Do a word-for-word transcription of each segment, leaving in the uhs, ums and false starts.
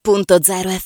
Punto zero F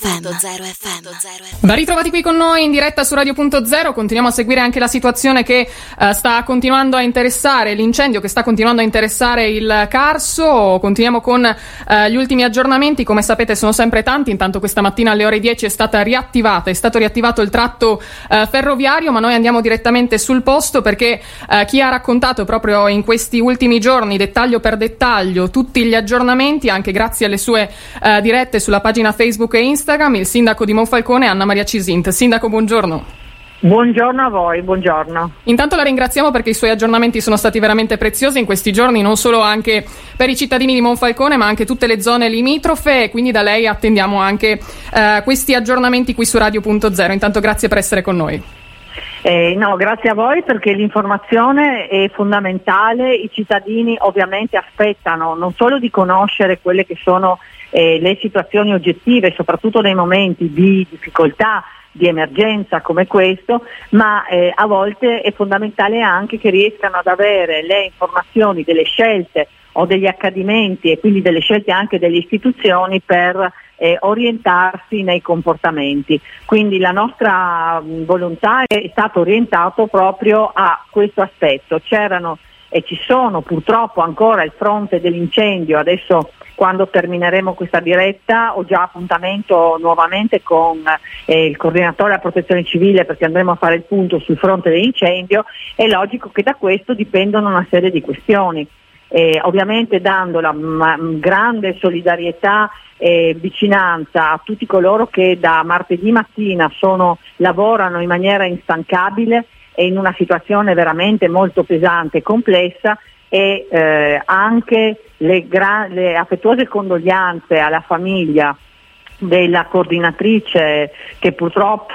M. Ben ritrovati qui con noi in diretta su Radio Punto Zero. Continuiamo a seguire anche la situazione che uh, sta continuando a interessare, l'incendio che sta continuando a interessare il Carso. Continuiamo con uh, gli ultimi aggiornamenti. Come sapete sono sempre tanti. Intanto questa mattina alle ore dieci è stata riattivata, è stato riattivato il tratto uh, ferroviario, ma noi andiamo direttamente sul posto perché uh, chi ha raccontato proprio in questi ultimi giorni, dettaglio per dettaglio, tutti gli aggiornamenti, anche grazie alle sue uh, dirette sulla pagina Facebook e Instagram, il sindaco di Monfalcone, Anna Maria Cisint. Sindaco, buongiorno. Buongiorno a voi, buongiorno. Intanto la ringraziamo perché i suoi aggiornamenti sono stati veramente preziosi in questi giorni, non solo anche per i cittadini di Monfalcone ma anche tutte le zone limitrofe, e quindi da lei attendiamo anche eh, questi aggiornamenti qui su Radio Punto Zero. Intanto grazie per essere con noi. Eh, no, grazie a voi perché l'informazione è fondamentale. I cittadini ovviamente aspettano non solo di conoscere quelle che sono eh, le situazioni oggettive, soprattutto nei momenti di difficoltà, di emergenza come questo, ma eh, a volte è fondamentale anche che riescano ad avere le informazioni delle scelte o degli accadimenti e quindi delle scelte anche delle istituzioni per eh, orientarsi nei comportamenti. Quindi la nostra mh, volontà è stato orientato proprio a questo aspetto. C'erano e ci sono purtroppo ancora il fronte dell'incendio. Adesso, quando termineremo questa diretta, ho già appuntamento nuovamente con eh, il coordinatore della protezione civile perché andremo a fare il punto sul fronte dell'incendio. È logico che da questo dipendono una serie di questioni. Eh, ovviamente dando la ma, grande solidarietà e vicinanza a tutti coloro che da martedì mattina sono, lavorano in maniera instancabile e in una situazione veramente molto pesante e complessa, e eh, anche le, gra- le affettuose condoglianze alla famiglia della coordinatrice che purtroppo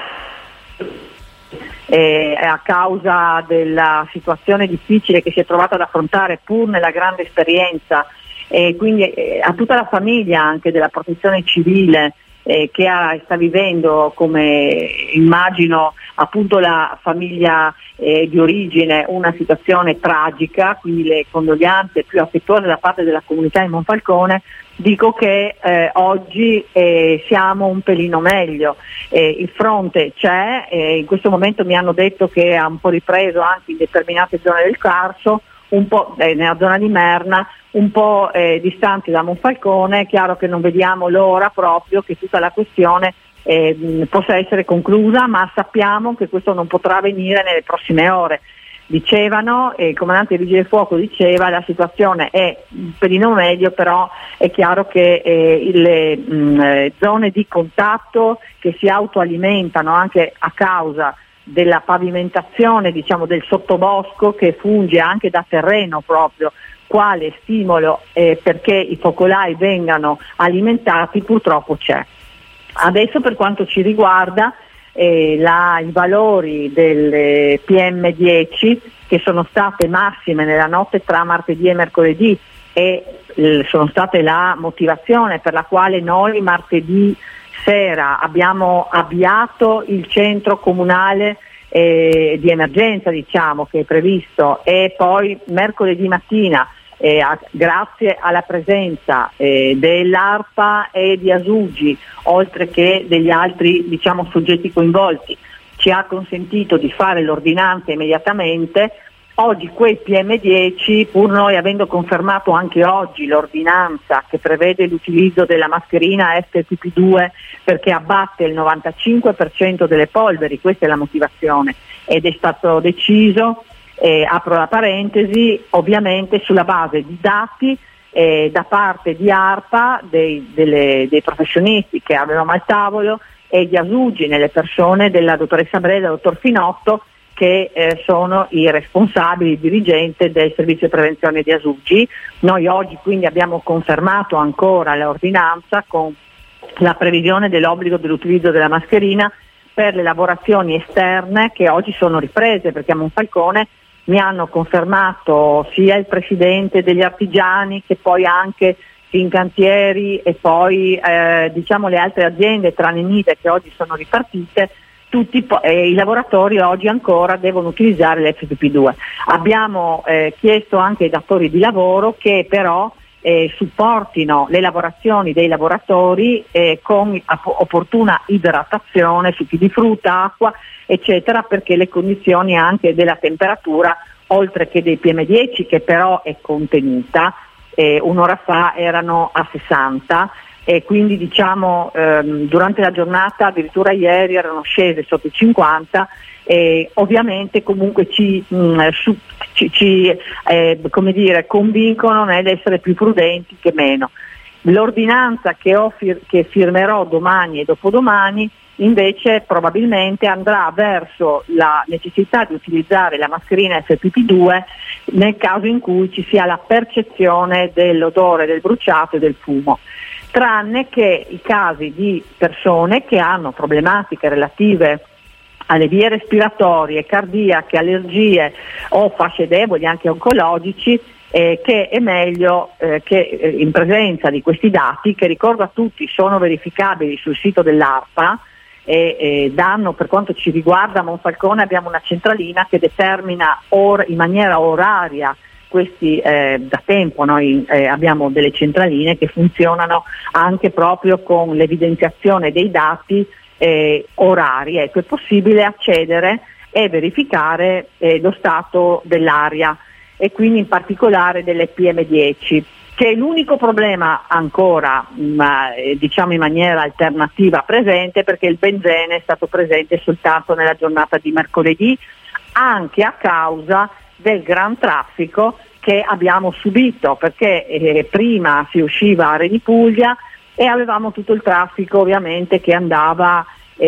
Eh, a causa della situazione difficile che si è trovata ad affrontare pur nella grande esperienza, e quindi eh, a tutta la famiglia anche della protezione civile eh, che ha, sta vivendo, come immagino appunto la famiglia eh, di origine, una situazione tragica, quindi le condoglianze più affettuose da parte della comunità di Monfalcone. Dico che eh, oggi eh, siamo un pelino meglio, eh, il fronte c'è, eh, in questo momento mi hanno detto che ha un po' ripreso anche in determinate zone del Carso, un po' eh, nella zona di Merna, un po' eh, distanti da Monfalcone. È chiaro che non vediamo l'ora proprio che tutta la questione eh, possa essere conclusa, ma sappiamo che questo non potrà avvenire nelle prossime ore. Dicevano, e il comandante dei Vigili del Fuoco diceva, la situazione è un pelino meglio, però è chiaro che eh, le mh, zone di contatto che si autoalimentano anche a causa della pavimentazione, diciamo, del sottobosco, che funge anche da terreno proprio quale stimolo eh, perché i focolai vengano alimentati, purtroppo c'è. Adesso per quanto ci riguarda, Eh, la, i valori del P M dieci che sono state massime nella notte tra martedì e mercoledì e eh, sono state la motivazione per la quale noi martedì sera abbiamo avviato il centro comunale eh, di emergenza, diciamo, che è previsto, e poi mercoledì mattina Eh, a, grazie alla presenza eh, dell'ARPA e di Asugi, oltre che degli altri, diciamo, soggetti coinvolti, ci ha consentito di fare l'ordinanza immediatamente. Oggi quei P M dieci, pur noi avendo confermato anche oggi l'ordinanza che prevede l'utilizzo della mascherina F P P due perché abbatte il novantacinque per cento delle polveri, questa è la motivazione, ed è stato deciso, Eh, apro la parentesi, ovviamente sulla base di dati eh, da parte di ARPA, dei, delle, dei professionisti che avevamo al tavolo, e di Asugi, nelle persone della dottoressa Breda e del dottor Finotto, che eh, sono i responsabili, il dirigente del servizio di prevenzione di Asugi. Noi oggi quindi abbiamo confermato ancora l'ordinanza con la previsione dell'obbligo dell'utilizzo della mascherina per le lavorazioni esterne, che oggi sono riprese, perché a Monfalcone mi hanno confermato sia il presidente degli artigiani che poi anche Fincantieri e poi eh, diciamo le altre aziende tranne Nide che oggi sono ripartite, tutti po- eh, i lavoratori oggi ancora devono utilizzare l'F P P due. Abbiamo eh, chiesto anche ai datori di lavoro che però eh, supportino le lavorazioni dei lavoratori eh, con opportuna idratazione, succhi di frutta, acqua, eccetera, perché le condizioni anche della temperatura, oltre che dei P M dieci, che però è contenuta, eh, un'ora fa erano a sessanta, e quindi diciamo ehm, durante la giornata, addirittura ieri, erano scese sotto i cinquanta, e ovviamente comunque ci, mh, su, ci, ci eh, come dire, convincono nell'essere più prudenti che meno. L'ordinanza che, ho fir- che firmerò domani e dopodomani invece probabilmente andrà verso la necessità di utilizzare la mascherina F P P due nel caso in cui ci sia la percezione dell'odore del bruciato e del fumo, tranne che i casi di persone che hanno problematiche relative alle vie respiratorie, cardiache, allergie o fasce deboli anche oncologici, eh, che è meglio eh, che eh, in presenza di questi dati, che ricordo a tutti sono verificabili sul sito dell'ARPA, e eh, danno, per quanto ci riguarda a Monfalcone abbiamo una centralina che determina or- in maniera oraria questi, eh, da tempo noi eh, abbiamo delle centraline che funzionano anche proprio con l'evidenziazione dei dati eh, orari. Ecco, è possibile accedere e verificare eh, lo stato dell'aria e quindi in particolare delle P M dieci, che è l'unico problema ancora ma, eh, diciamo in maniera alternativa presente, perché il benzene è stato presente soltanto nella giornata di mercoledì, anche a causa del gran traffico che abbiamo subito, perché eh, prima si usciva a Reni Puglia e avevamo tutto il traffico ovviamente che andava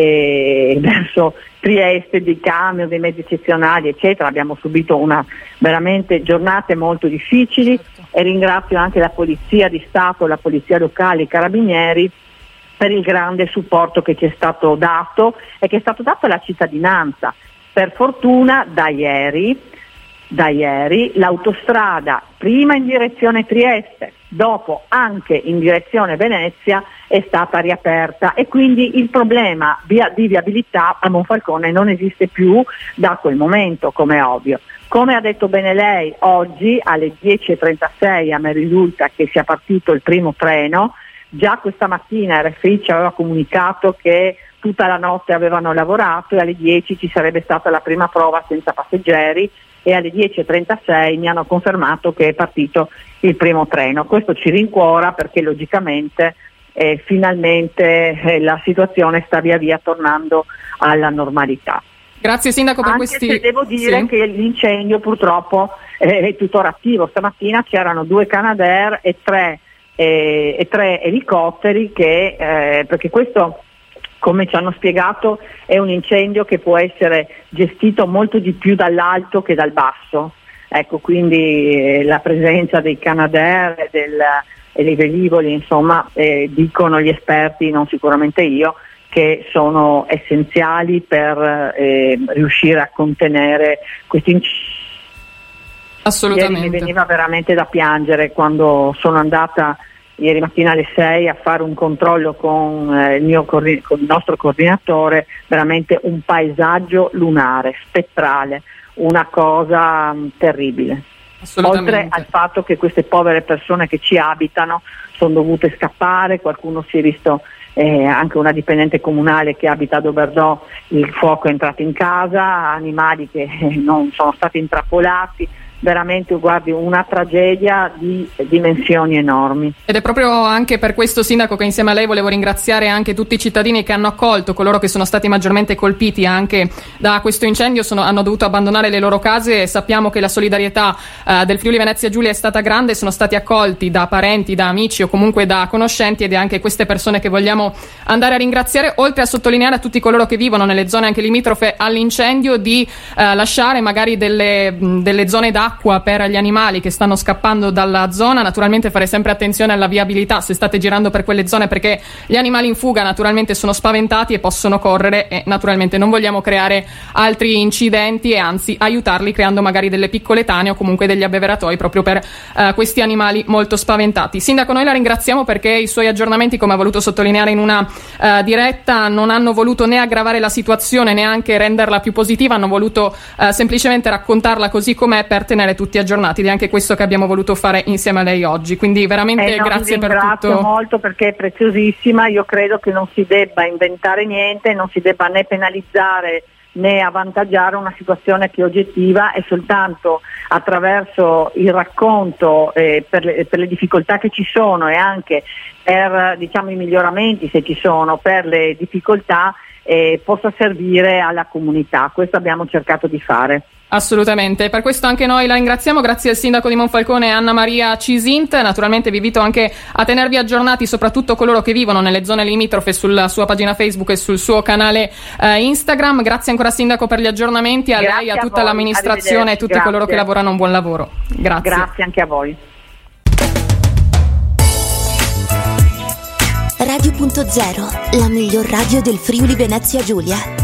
eh, verso Trieste, dei camion, dei mezzi eccezionali eccetera. Abbiamo subito una veramente giornate molto difficili, e ringrazio anche la Polizia di Stato, la Polizia locale, i Carabinieri per il grande supporto che ci è stato dato e che è stato dato alla cittadinanza. Per fortuna da ieri Da ieri l'autostrada, prima in direzione Trieste, dopo anche in direzione Venezia, è stata riaperta, e quindi il problema via, di viabilità a Monfalcone non esiste più da quel momento, come è ovvio. Come ha detto bene lei, oggi alle dieci e trentasei a me risulta che sia partito il primo treno. Già questa mattina R F I ci aveva comunicato che tutta la notte avevano lavorato e alle dieci ci sarebbe stata la prima prova senza passeggeri, e alle dieci e trentasei mi hanno confermato che è partito il primo treno. Questo ci rincuora, perché logicamente eh, finalmente eh, la situazione sta via via tornando alla normalità. Grazie Sindaco per Anche questi... se devo dire sì. che l'incendio purtroppo eh, è tuttora attivo. Stamattina c'erano due Canadair e tre, eh, e tre elicotteri che, eh, perché questo, come ci hanno spiegato, è un incendio che può essere gestito molto di più dall'alto che dal basso. Ecco, quindi eh, la presenza dei Canadair e, del, e dei velivoli, insomma, eh, dicono gli esperti, non sicuramente io, che sono essenziali per eh, riuscire a contenere questi incendi. Assolutamente. Ieri mi veniva veramente da piangere quando sono andata ieri mattina alle sei a fare un controllo con, eh, il, mio, con il nostro coordinatore, veramente un paesaggio lunare, spettrale, una cosa mh, terribile. Oltre al fatto che queste povere persone che ci abitano sono dovute scappare, qualcuno si è visto, eh, anche una dipendente comunale che abita a Doberdò, il fuoco è entrato in casa, animali che eh, non sono stati intrappolati. Veramente, guardi, una tragedia di dimensioni enormi. Ed è proprio anche per questo, Sindaco, che insieme a lei volevo ringraziare anche tutti i cittadini che hanno accolto coloro che sono stati maggiormente colpiti anche da questo incendio, sono, hanno dovuto abbandonare le loro case, e sappiamo che la solidarietà eh, del Friuli Venezia Giulia è stata grande, sono stati accolti da parenti, da amici o comunque da conoscenti, ed è anche queste persone che vogliamo andare a ringraziare, oltre a sottolineare a tutti coloro che vivono nelle zone anche limitrofe all'incendio di eh, lasciare magari delle, delle zone d'acqua per gli animali che stanno scappando dalla zona. Naturalmente fare sempre attenzione alla viabilità se state girando per quelle zone, perché gli animali in fuga naturalmente sono spaventati e possono correre, e naturalmente non vogliamo creare altri incidenti, e anzi aiutarli creando magari delle piccole tane o comunque degli abbeveratoi proprio per uh, questi animali molto spaventati. Sindaco, noi la ringraziamo perché i suoi aggiornamenti, come ha voluto sottolineare in una uh, diretta, non hanno voluto né aggravare la situazione, neanche renderla più positiva, hanno voluto uh, semplicemente raccontarla così com'è per tenere tenere tutti aggiornati, ed è anche questo che abbiamo voluto fare insieme a lei oggi, quindi veramente eh, no, grazie per tutto. Ringrazio molto perché è preziosissima. Io credo che non si debba inventare niente, non si debba né penalizzare né avvantaggiare una situazione più oggettiva, e soltanto attraverso il racconto eh, per, le, per le difficoltà che ci sono e anche per, diciamo, i miglioramenti, se ci sono, per le difficoltà, eh, possa servire alla comunità. Questo abbiamo cercato di fare. Assolutamente, per questo anche noi la ringraziamo, grazie al sindaco di Monfalcone Anna Maria Cisint. Naturalmente vi invito anche a tenervi aggiornati, soprattutto coloro che vivono nelle zone limitrofe, sulla sua pagina Facebook e sul suo canale eh, Instagram. Grazie ancora sindaco per gli aggiornamenti, a Grazie lei, a a tutta voi. l'amministrazione e a tutti Grazie. coloro che lavorano, un buon lavoro. Grazie. Grazie anche a voi. Radio punto zero, la miglior radio del Friuli Venezia Giulia.